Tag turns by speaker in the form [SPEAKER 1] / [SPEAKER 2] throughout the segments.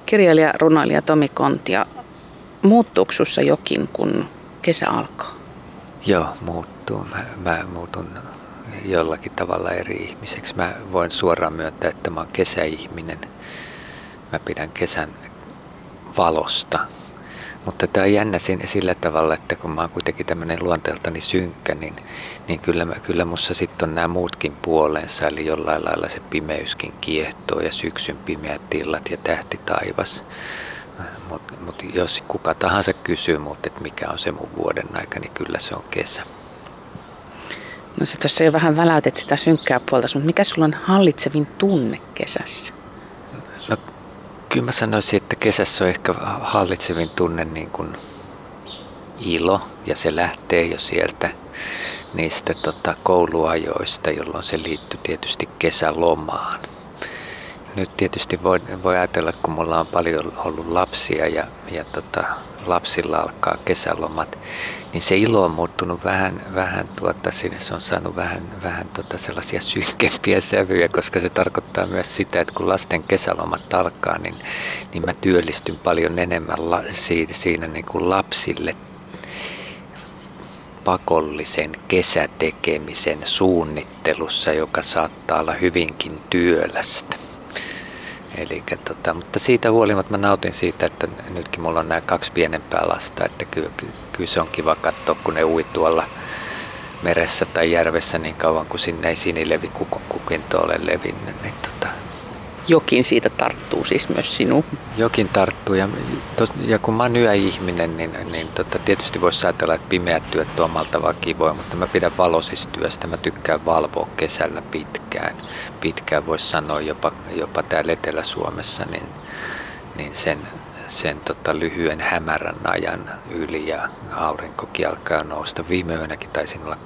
[SPEAKER 1] Kirjailija, runoilija Tomi Kontio, muuttuuko sinussa jokin, kun kesä alkaa?
[SPEAKER 2] Joo, muuttuu. Mä muutun jollakin tavalla eri ihmiseksi. Mä voin suoraan myöntää, että mä oon kesäihminen. Mä pidän kesän valosta. Mutta tää on jännä sillä tavalla, että kun mä oon kuitenkin tämmönen luonteeltani synkkä, niin kyllä musta sitten on nämä muutkin puolensa. Eli jollain lailla se pimeyskin kiehtoo ja syksyn pimeät illat ja tähtitaivas. Mutta jos kuka tahansa kysyy multa, että mikä on se mun vuoden aika, niin kyllä se on kesä.
[SPEAKER 1] No sä tuossa jo vähän väläytet sitä synkkää puolta, mutta mikä sulla on hallitsevin tunne kesässä?
[SPEAKER 2] No kyllä mä sanoisin, että kesässä on ehkä hallitsevin tunne niin kuin ilo, ja se lähtee jo sieltä niistä kouluajoista, jolloin se liittyy tietysti kesälomaan. Nyt tietysti voi ajatella, kun mulla on paljon ollut lapsia ja lapsilla alkaa kesälomat, niin se ilo on muuttunut vähän se on saanut vähän sellaisia synkempiä sävyjä, koska se tarkoittaa myös sitä, että kun lasten kesälomat alkaa, niin mä työllistyn paljon enemmän siinä niin kuin lapsille pakollisen kesätekemisen suunnittelussa, joka saattaa olla hyvinkin työlästä. Mutta siitä huolimatta mä nautin siitä, että nytkin mulla on nämä 2 pienempää lasta, että kyllä se on kiva katsoa, kun ne ui tuolla meressä tai järvessä niin kauan, kun sinne ei sinilevikukkinto ole levinnyt.
[SPEAKER 1] Jokin siitä tarttuu siis myös sinuun.
[SPEAKER 2] Jokin tarttuu ja kun mä oon yöihminen, niin tietysti voisi ajatella, että pimeät työt on omalla tavalla kivoja, mutta mä pidän valoisista työstä. Mä tykkään valvoa kesällä pitkään voisi sanoa jopa täällä Etelä-Suomessa, niin sen lyhyen hämärän ajan yli ja aurinkokin alkaa nousta. Viime yönäkin taisin olla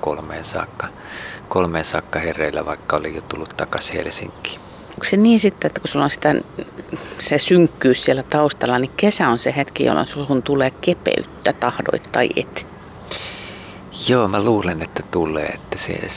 [SPEAKER 2] 3 saakka hereillä, vaikka oli jo tullut takaisin Helsinkiin.
[SPEAKER 1] Onko se niin sitten, että kun sulla on se synkkyys siellä taustalla, niin kesä on se hetki, jolloin sun tulee kepeyttä, tahdoit tai et?
[SPEAKER 2] Joo, mä luulen, että tulee. Että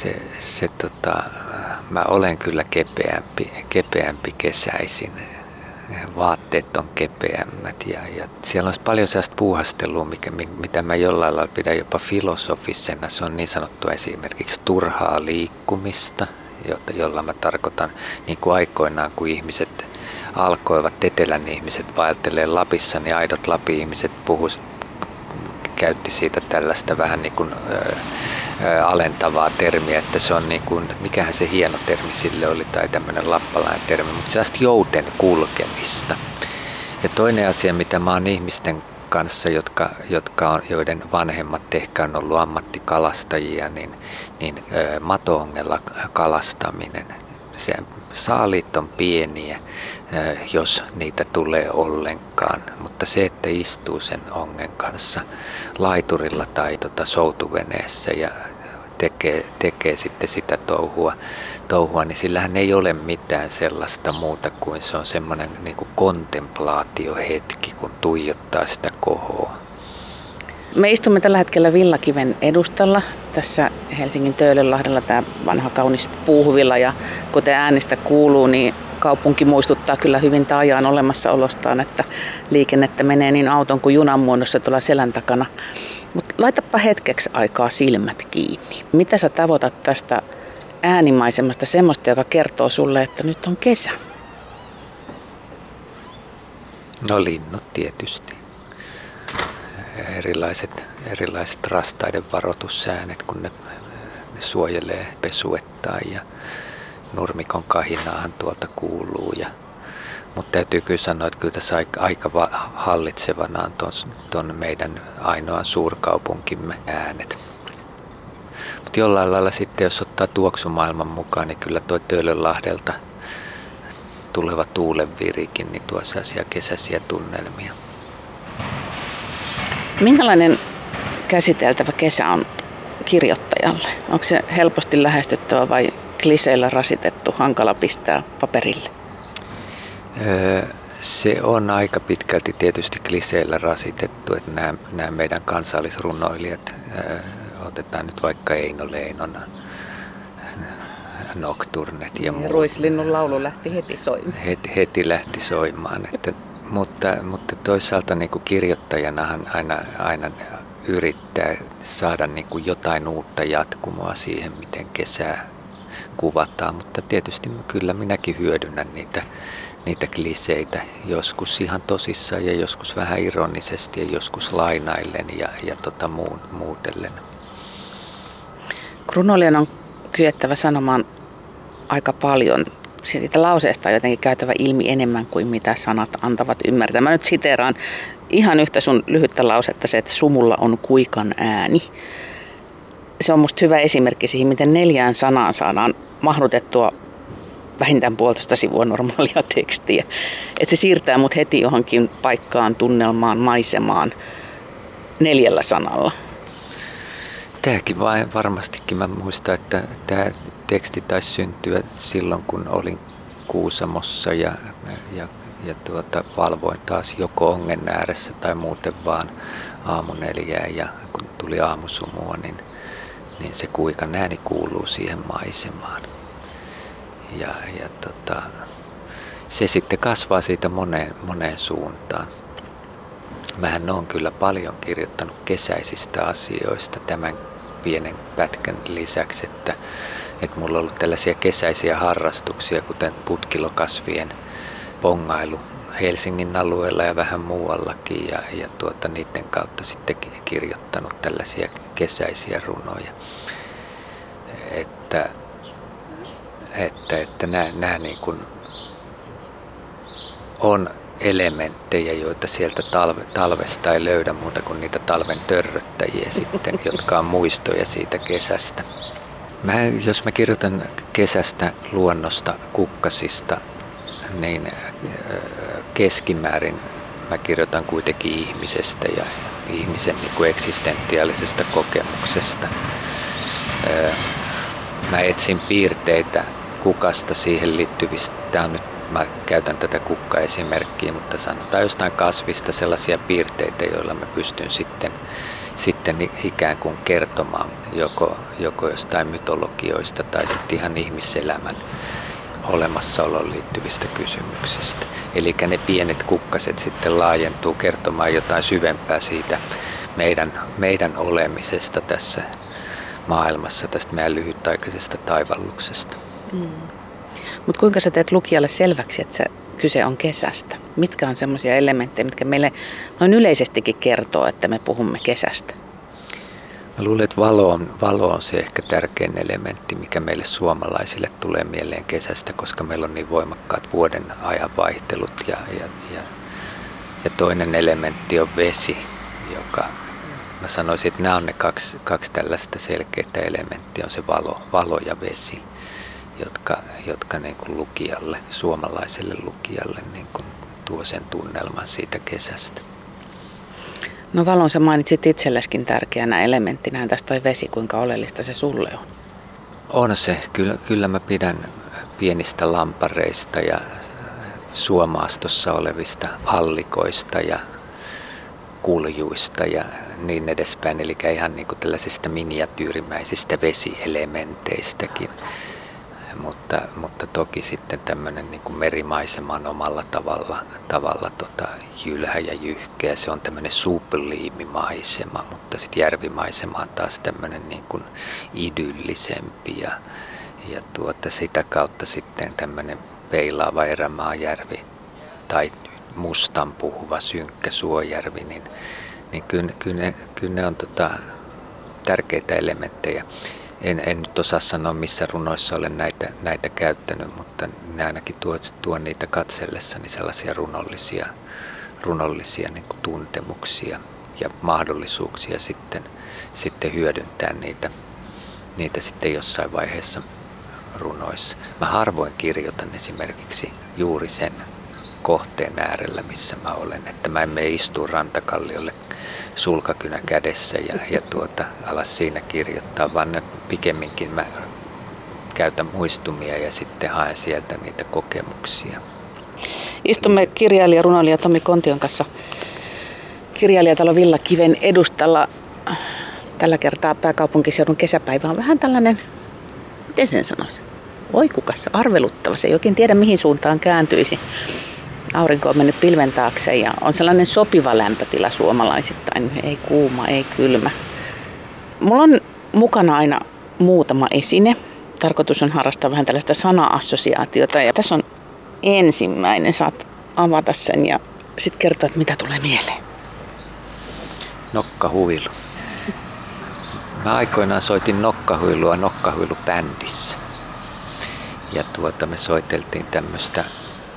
[SPEAKER 2] mä olen kyllä kepeämpi kesäisin. Vaatteet on kepeämmät ja siellä on paljon sellaista puuhastelua, mitä mä jollain lailla pidän jopa filosofisena. Se on niin sanottua esimerkiksi turhaa liikkumista, jolla mä tarkoitan niin kuin aikoinaan, kun ihmiset alkoivat, etelän ihmiset vaeltelee Lapissa, niin aidot Lapin-ihmiset käytti siitä tällaista vähän niin kuin alentavaa termiä, että se on niin kuin, mikähän se hieno termi sille oli tai tämmöinen lappalainen termi, mutta sellaista jouten kulkemista. Ja toinen asia, mitä mä oon ihmisten kanssa, joiden vanhemmat ehkä on ollut ammattikalastajia, niin mato-ongella kalastaminen. Se saaliit on pieniä, jos niitä tulee ollenkaan, mutta se, että istuu sen ongen kanssa laiturilla tai soutuveneessä ja tekee sitten sitä touhua, niin sillähän ei ole mitään sellaista muuta kuin se on semmoinen niin kuin kontemplaatiohetki, kun tuijottaa sitä kohoa.
[SPEAKER 1] Me istumme tällä hetkellä Villakiven edustalla tässä Helsingin Töölönlahdella, tämä vanha kaunis puuhuvilla, ja kuten äänestä kuuluu, niin kaupunki muistuttaa kyllä hyvin taajaan olemassaolostaan, että liikennettä menee niin auton kuin junan muodossa tuolla selän takana. Mutta laitapa hetkeksi aikaa silmät kiinni. Mitä sä tavoitat tästä äänimaisemasta, semmoista, joka kertoo sulle, että nyt on kesä?
[SPEAKER 2] No linnut tietysti. Erilaiset rastaiden varoitussäänet, kun ne suojelee pesuettaan ja nurmikon kahinaahan tuolta kuuluu. Mutta täytyy kyllä sanoa, että kyllä tässä aika hallitsevana on ton meidän ainoan suurkaupunkimme äänet. Mutta jollain lailla sitten, jos ottaa tuoksumaailman mukaan, niin kyllä tuo Töölönlahdelta tuleva tuulenvirikin niin tuo sellaisia kesäisiä tunnelmia.
[SPEAKER 1] Minkälainen käsiteltävä kesä on kirjoittajalle? Onko se helposti lähestyttävä vai kliseillä rasitettu, hankala pistää paperille?
[SPEAKER 2] Se on aika pitkälti tietysti kliseillä rasitettu, että nämä meidän kansallisrunoilijat, otetaan nyt vaikka Eino Leinon Nocturnet ja muut.
[SPEAKER 1] Ruislinnun laulu lähti heti soimaan.
[SPEAKER 2] Heti lähti soimaan, että mutta toisaalta niin kuin kirjoittajanahan aina yrittää saada niin kuin jotain uutta jatkumoa siihen, miten kesää kuvataan, mutta tietysti kyllä minäkin hyödynnän niitä kliseitä, joskus ihan tosissaan ja joskus vähän ironisesti ja joskus lainaillen ja muutellen. Runoilijan
[SPEAKER 1] on kyettävä sanomaan aika paljon. Siitä lauseesta on jotenkin käytävä ilmi enemmän kuin mitä sanat antavat ymmärtää. Mä nyt siteeraan ihan yhtä sun lyhyttä lausetta, se, että sumulla on kuikan ääni. Se on musta hyvä esimerkki siihen, miten 4 sanaan saadaan mahdutettua vähintään 1,5 sivua normaalia tekstiä. Että se siirtää mut heti johonkin paikkaan, tunnelmaan, maisemaan 4 sanalla.
[SPEAKER 2] Tämäkin varmastikin. Mä muistan, että tämä teksti taisi syntyä silloin, kun olin Kuusamossa ja valvoin taas joko ongen ääressä tai muuten vaan aamuneliää, ja kun tuli aamusumua, niin se kuikan ääni kuuluu siihen maisemaan. Se sitten kasvaa siitä moneen suuntaan. Mähän olen kyllä paljon kirjoittanut kesäisistä asioista tämän pienen pätkän lisäksi, että mulla on ollut tällaisia kesäisiä harrastuksia, kuten putkilokasvien pongailu Helsingin alueella ja vähän muuallakin, ja niiden kautta sitten kirjoittanut tällaisia kesäisiä runoja. Että nämä niin kuin on elementtejä, joita sieltä talvesta ei löydä muuta kuin niitä talven törröttäjiä sitten, jotka on muistoja siitä kesästä. Jos mä kirjoitan kesästä, luonnosta, kukkasista, niin keskimäärin mä kirjoitan kuitenkin ihmisestä ja ihmisen niin kuin eksistentiaalisesta kokemuksesta. Mä etsin piirteitä kukasta siihen liittyvistä. Mä käytän tätä kukka-esimerkkiä, mutta sanotaan jostain kasvista sellaisia piirteitä, joilla mä pystyn sitten ikään kuin kertomaan joko jostain mytologioista tai sitten ihan ihmiselämän olemassaoloon liittyvistä kysymyksistä. Eli ne pienet kukkaset sitten laajentuu kertomaan jotain syvempää siitä meidän olemisesta tässä maailmassa, tästä meidän lyhytaikaisesta taivalluksesta.
[SPEAKER 1] Mutta kuinka sä teet lukijalle selväksi, että kyse on kesästä? Mitkä on semmoisia elementtejä, mitkä meille noin yleisestikin kertoo, että me puhumme kesästä?
[SPEAKER 2] Mä luulen, että valo on se ehkä tärkein elementti, mikä meille suomalaisille tulee mieleen kesästä, koska meillä on niin voimakkaat vuoden ajanvaihtelut. Ja toinen elementti on vesi, joka mä sanoisin, että nämä on ne kaksi tällaista selkeää elementtiä, on se valo ja vesi, jotka niin kuin lukijalle, suomalaiselle lukijalle niin kuin tuo sen tunnelman siitä kesästä.
[SPEAKER 1] No valon sä mainitsit itselleskin tärkeänä elementtinä. Tästä toi vesi, kuinka oleellista se sulle on?
[SPEAKER 2] On se. Kyllä mä pidän pienistä lampareista ja suomaastossa olevista allikoista ja kuljuista ja niin edespäin. Eli ihan niin kuin tällaisista miniatyyrimäisistä vesielementeistäkin. Mutta toki sitten tämmöinen niin kuin merimaisema on omalla tavalla jylhä ja jyhkeä. Se on tämmöinen suupliimimaisema, mutta sitten järvimaisema on taas tämmöinen niin kuin idyllisempi ja sitä kautta sitten tämmöinen peilaava erämaajärvi tai mustan puhuva synkkä suojärvi, niin kyllä ne on tärkeitä elementtejä. En nyt osaa sanoa, missä runoissa olen näitä käyttänyt, mutta ne ainakin tuon niitä katsellessani sellaisia runollisia niin kuin tuntemuksia ja mahdollisuuksia sitten hyödyntää niitä sitten jossain vaiheessa runoissa. Mä harvoin kirjoitan esimerkiksi juuri sen kohteen äärellä, missä mä olen, että mä en mene istua rantakalliolle sulkakynä kädessä ja alas siinä kirjoittaa, vaan pikemminkin mä käytän muistumia ja sitten haen sieltä niitä kokemuksia.
[SPEAKER 1] Istumme kirjailija runoilija Tomi Kontion kanssa kirjailijatalo Villakiven edustalla. Tällä kertaa pääkaupunkiseudun kesäpäivä on vähän tällainen, miten sen sanoisi, oikukas, arveluttava. Se ei oikein tiedä mihin suuntaan kääntyisi. Aurinko on mennyt pilven taakse ja on sellainen sopiva lämpötila suomalaisittain. Ei kuuma, ei kylmä. Mulla on mukana aina muutama esine. Tarkoitus on harrastaa vähän tällaista sana-assosiaatiota. Ja tässä on ensimmäinen. Saat avata sen ja sitten kertoa, että mitä tulee mieleen.
[SPEAKER 2] Nokkahuilu. Mä aikoinaan soitin nokkahuilua nokkahuilubändissä. Ja me soiteltiin tämmöistä,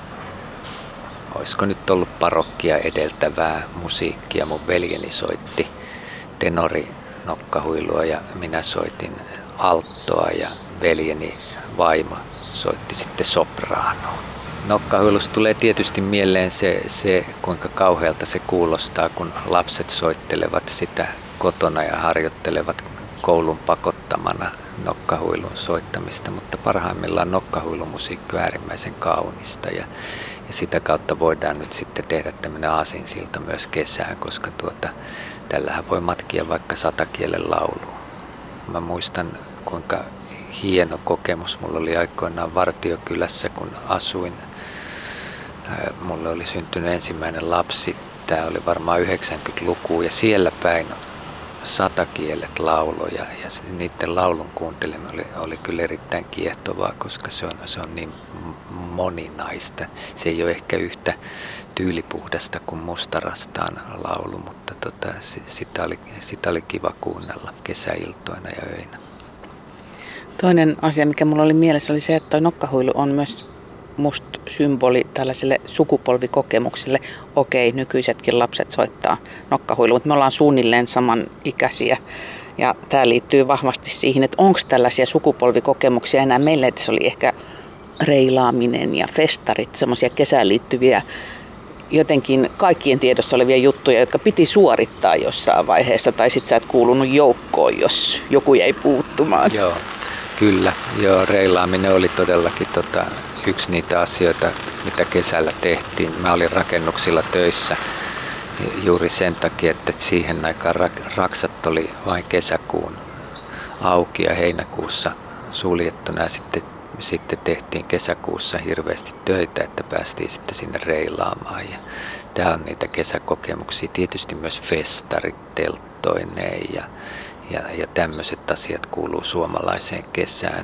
[SPEAKER 2] olisiko nyt ollut parokkia edeltävää musiikkia. Mun veljeni soitti tenori nokkahuilua ja minä soitin alttoa ja veljeni vaimo soitti sitten sopraanoa. Nokkahuilusta tulee tietysti mieleen se, kuinka kauhealta se kuulostaa, kun lapset soittelevat sitä kotona ja harjoittelevat koulun pakottamana nokkahuilun soittamista, mutta parhaimmillaan nokkahuilumusiikki on äärimmäisen kaunista ja sitä kautta voidaan nyt sitten tehdä tämmöinen aasinsilta myös kesään, koska tällähän voi matkia vaikka 100 kielen laulua. Mä muistan, kuinka hieno kokemus mulla oli aikoinaan Vartiokylässä, kun asuin. Mulle oli syntynyt ensimmäinen lapsi. Tämä oli varmaan 90-lukua ja siellä päin 100 kielet lauloja ja niiden laulun kuunteleminen oli kyllä erittäin kiehtovaa, koska se on niin moninaista. Se ei ole ehkä yhtä tyylipuhdasta kuin Mustarastaan laulu, mutta sitä oli kiva kuunnella kesäiltoina ja öinä.
[SPEAKER 1] Toinen asia, mikä mulla oli mielessä, oli se, että toi nokkahuilu on myös musta symboli tällaiselle sukupolvikokemukselle. Okei, nykyisetkin lapset soittaa nokkahuilua, mutta me ollaan suunnilleen samanikäisiä. Ja tämä liittyy vahvasti siihen, että onko tällaisia sukupolvikokemuksia enää. Meillä edes oli ehkä reilaaminen ja festarit, semmoisia kesään liittyviä jotenkin kaikkien tiedossa olevia juttuja, jotka piti suorittaa jossain vaiheessa. Tai sit sä et kuulunut joukkoon, jos joku jäi puuttumaan.
[SPEAKER 2] Joo, kyllä. Joo, reilaaminen oli todellakin yksi niitä asioita, mitä kesällä tehtiin. Mä olin rakennuksilla töissä juuri sen takia, että siihen aikaan raksat oli vain kesäkuun auki ja heinäkuussa suljettuna. Ja sitten tehtiin kesäkuussa hirveästi töitä, että päästiin sitten sinne reilaamaan. Ja tämä on niitä kesäkokemuksia. Tietysti myös festarit telttoineen ja tämmöiset asiat kuuluu suomalaiseen kesään.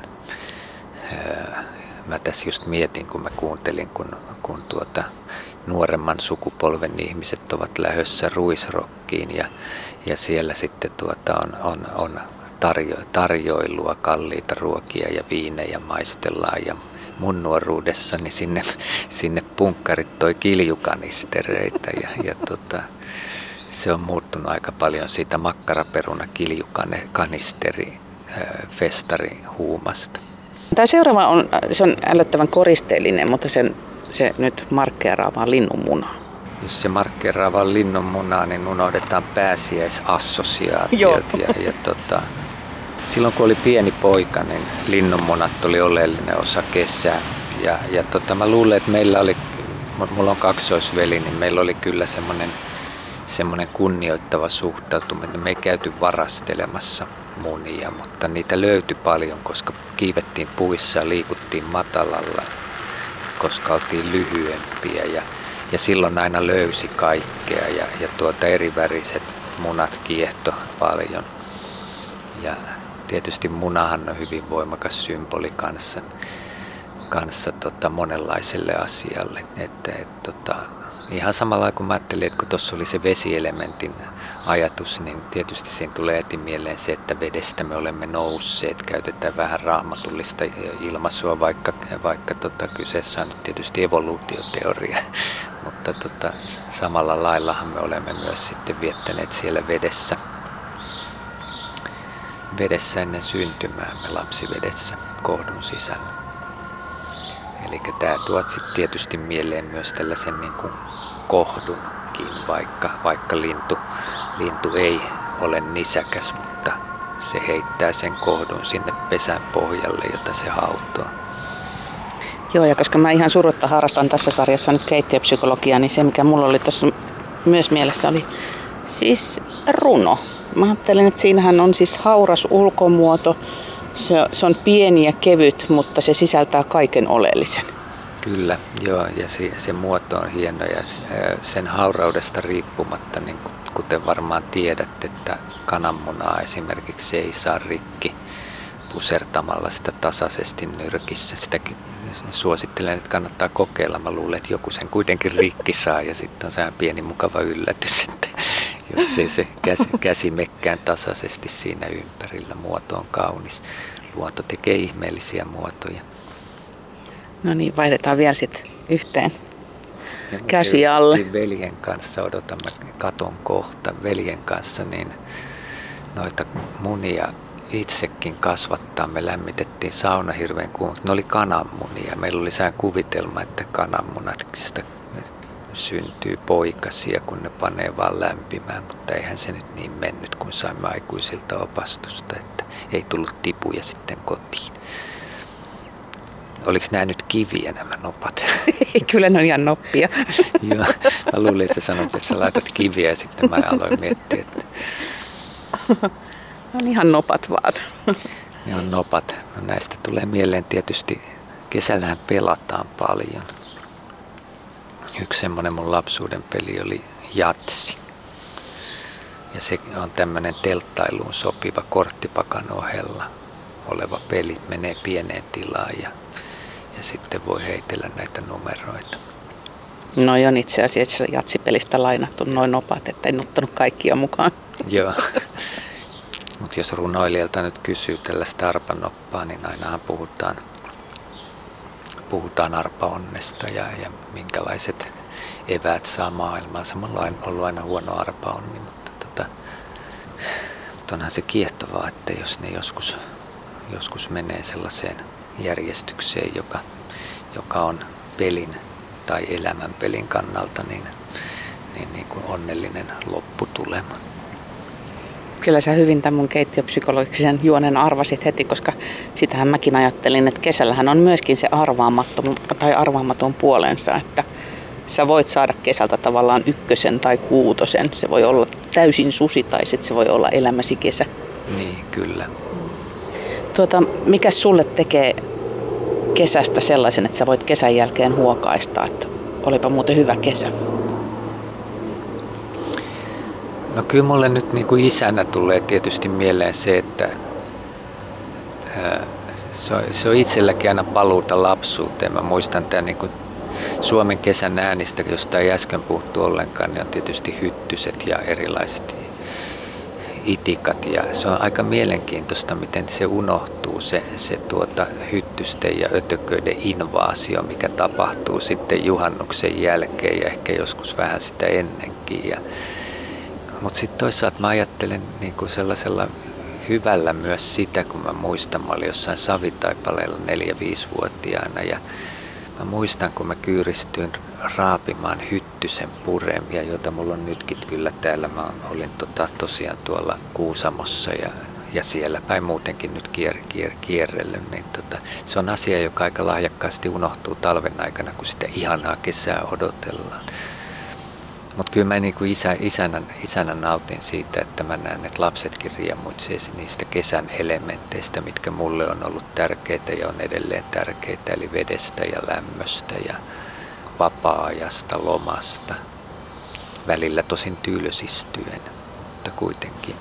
[SPEAKER 2] Mä tässä just mietin, kun mä kuuntelin, kun nuoremman sukupolven ihmiset ovat lähdössä ruisrokkiin ja siellä sitten on tarjoilua, kalliita ruokia ja viinejä maistellaan ja mun nuoruudessani sinne punkkarit toi kiljukanistereita ja se on muuttunut aika paljon siitä makkaraperuna kiljukanisteri festari huumasta.
[SPEAKER 1] Tämä seuraava on ällöttävän koristeellinen, mutta se nyt markkeeraa vaan linnunmunaa.
[SPEAKER 2] Jos se markkeeraa vaan linnunmunaa, niin unohdetaan pääsiäisassosiaatiot. Silloin kun oli pieni poika, niin linnunmunat oli oleellinen osa kesää. Mä luulen, että mulla on kaksoisveli, niin meillä oli kyllä semmoinen kunnioittava suhtautuminen. Me ei käyty varastelemassa munia, mutta niitä löytyi paljon, koska kiivettiin puissa ja liikuttiin matalalla, koska oltiin lyhyempiä ja silloin aina löysi kaikkea ja eriväriset munat kiehto paljon. Ja tietysti munahan on hyvin voimakas symboli kanssa monenlaiselle asialle. Ihan samalla kun mä ajattelin, että kun tuossa oli se vesielementin ajatus, niin tietysti siinä tulee heti mieleen se, että vedestä me olemme nousseet. Käytetään vähän raamatullista ilmaisua, vaikka kyseessä on tietysti evoluutioteoria. Mutta samalla laillahan me olemme myös sitten viettäneet siellä vedessä ennen syntymäämme, lapsivedessä, kohdun sisällä. Eli tämä tuo sitten tietysti mieleen myös tällaisen niin kuin kohdunkin, vaikka lintu ei ole nisäkäs, mutta se heittää sen kohdun sinne pesän pohjalle, jota se hautoo.
[SPEAKER 1] Joo, ja koska mä ihan surutta harrastan tässä sarjassa nyt keittiöpsykologiaa, niin se mikä mulla oli tuossa myös mielessä oli siis runo. Mä ajattelin, että siinähän on siis hauras ulkomuoto. Se on pieni ja kevyt, mutta se sisältää kaiken oleellisen.
[SPEAKER 2] Kyllä, joo, ja se muoto on hieno ja sen hauraudesta riippumatta, niin kuten varmaan tiedät, että kananmunaa esimerkiksi ei saa rikki pusertamalla sitä tasaisesti nyrkissä. Sitä suosittelen, että kannattaa kokeilla. Mä luulen, että joku sen kuitenkin rikki saa ja sitten on sehän pieni mukava yllätys, että jos ei se käsi mekkään tasaisesti siinä ympärillä. Muoto on kaunis. Luonto tekee ihmeellisiä muotoja.
[SPEAKER 1] No niin, vaihdetaan vielä sitten yhteen. Käsi alle.
[SPEAKER 2] Veljen kanssa odotamme, katon kohta veljen kanssa, niin noita munia itsekin kasvattaa. Me lämmitettiin sauna hirveän kuumaksi. Ne oli kananmunia. Meillä oli sehän kuvitelma, että kananmunasta syntyy poikasia, kun ne panee vaan lämpimään, mutta eihän se nyt niin mennyt, kun saimme aikuisilta opastusta, että ei tullut tipuja sitten kotiin. Oliko nämä nyt kiviä nämä nopat?
[SPEAKER 1] Kyllä ne on ihan noppia.
[SPEAKER 2] Joo, mä luulin, että sä sanot, että sä laitat kiviä ja sitten mä aloin miettiä, että
[SPEAKER 1] on ihan nopat vaan.
[SPEAKER 2] Ne on nopat. No näistä tulee mieleen tietysti, kesällähän pelataan paljon. Yksi semmoinen mun lapsuuden peli oli jatsi. Ja se on tämmöinen telttailuun sopiva korttipakan ohella oleva peli. Menee pieneen tilaan ja sitten voi heitellä näitä numeroita.
[SPEAKER 1] No on itse asiassa jatsipelistä lainattu noin nopat, että en ottanut kaikkia mukaan.
[SPEAKER 2] Joo. Mutta jos runoilijalta nyt kysyy tällaista arpanoppaa, niin ainahan puhutaan arpaonnesta ja minkälaiset eväät saa maailmaansa. Mulla on ollut aina huono arpaonni, mutta onhan se kiehtovaa, että jos ne joskus menee sellaiseen järjestykseen, joka on pelin tai elämän pelin kannalta, niin kuin onnellinen lopputulema.
[SPEAKER 1] Kyllä sä hyvin tämän mun keittiöpsykologisen juonen arvasit heti, koska sitähän mäkin ajattelin, että kesällähän on myöskin se arvaamaton puolensa, että sä voit saada kesältä tavallaan 1 tai 6. Se voi olla täysin susi tai sitten se voi olla elämäsi kesä.
[SPEAKER 2] Niin, kyllä.
[SPEAKER 1] Mikä sulle tekee kesästä sellaisen, että sä voit kesän jälkeen huokaista, että olipa muuten hyvä kesä?
[SPEAKER 2] No kyllä mulle nyt niin kuin isänä tulee tietysti mieleen se, että se on itselläkin aina paluuta lapsuuteen. Mä muistan tämän niin kuin Suomen kesän äänistä, josta ei äsken puhuttu ollenkaan, niin on tietysti hyttyset ja erilaiset itikat. Ja se on aika mielenkiintoista, miten se unohtuu, se hyttysten ja ötököiden invaasio, mikä tapahtuu sitten juhannuksen jälkeen ja ehkä joskus vähän sitä ennenkin. Mutta sitten toisaalta mä ajattelen niin kuin sellaisella hyvällä myös sitä, kun mä muistan, mä olin jossain savitaipaleella 4-5-vuotiaana ja mä muistan, kun mä kyyristyin raapimaan hyttysen puremia, joita mulla on nytkin kyllä täällä. Mä olin tosiaan tuolla Kuusamossa ja siellä päin muutenkin nyt kierrellyt. Niin se on asia, joka aika lahjakkaasti unohtuu talven aikana, kun sitä ihanaa kesää odotellaan. Mutta kyllä mä niin kuin isänä nautin siitä, että mä näen, että lapsetkin riemuitsee niistä kesän elementeistä, mitkä mulle on ollut tärkeitä ja on edelleen tärkeitä, eli vedestä ja lämmöstä ja vapaa-ajasta, lomasta. Välillä tosin tylsistyen, mutta kuitenkin.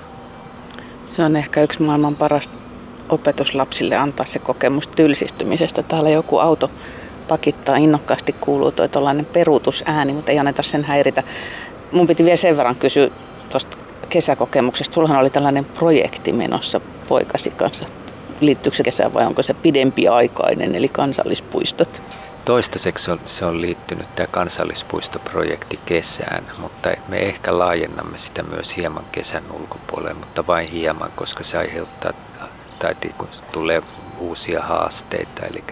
[SPEAKER 1] Se on ehkä yksi maailman parasta opetus lapsille antaa se kokemus tylsistymisestä. Täällä joku auto pakittaa innokkaasti, kuuluu toi tollainen peruutusääni, mutta ei anneta sen häiritä. Mun piti vielä sen verran kysyä tuosta kesäkokemuksesta. Sullahan oli tällainen projekti menossa poikasi kanssa. Liittyykö se kesään vai onko se pidempiaikainen, eli kansallispuistot?
[SPEAKER 2] Toistaiseksi se on liittynyt tämä kansallispuistoprojekti kesään, mutta me ehkä laajennamme sitä myös hieman kesän ulkopuolelle, mutta vain hieman, koska se aiheuttaa, tai kun tulee uusia haasteita, eli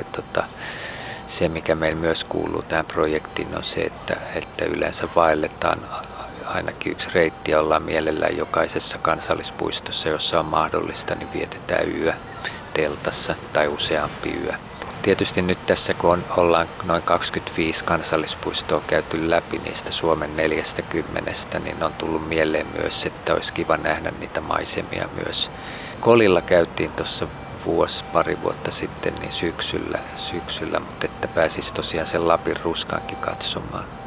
[SPEAKER 2] se, mikä meillä myös kuuluu tähän projektiin, on se, että yleensä vaelletaan ainakin yksi reitti ja ollaan mielellään jokaisessa kansallispuistossa, jossa on mahdollista, niin vietetään yö teltassa tai useampi yö. Tietysti nyt tässä, kun ollaan noin 25 kansallispuistoa käyty läpi niistä Suomen 40, niin on tullut mieleen myös, että olisi kiva nähdä niitä maisemia myös. Kolilla käytiin tuossa pari vuotta sitten niin syksyllä, mutta että pääsisi tosiaan sen Lapin ruskankin katsomaan.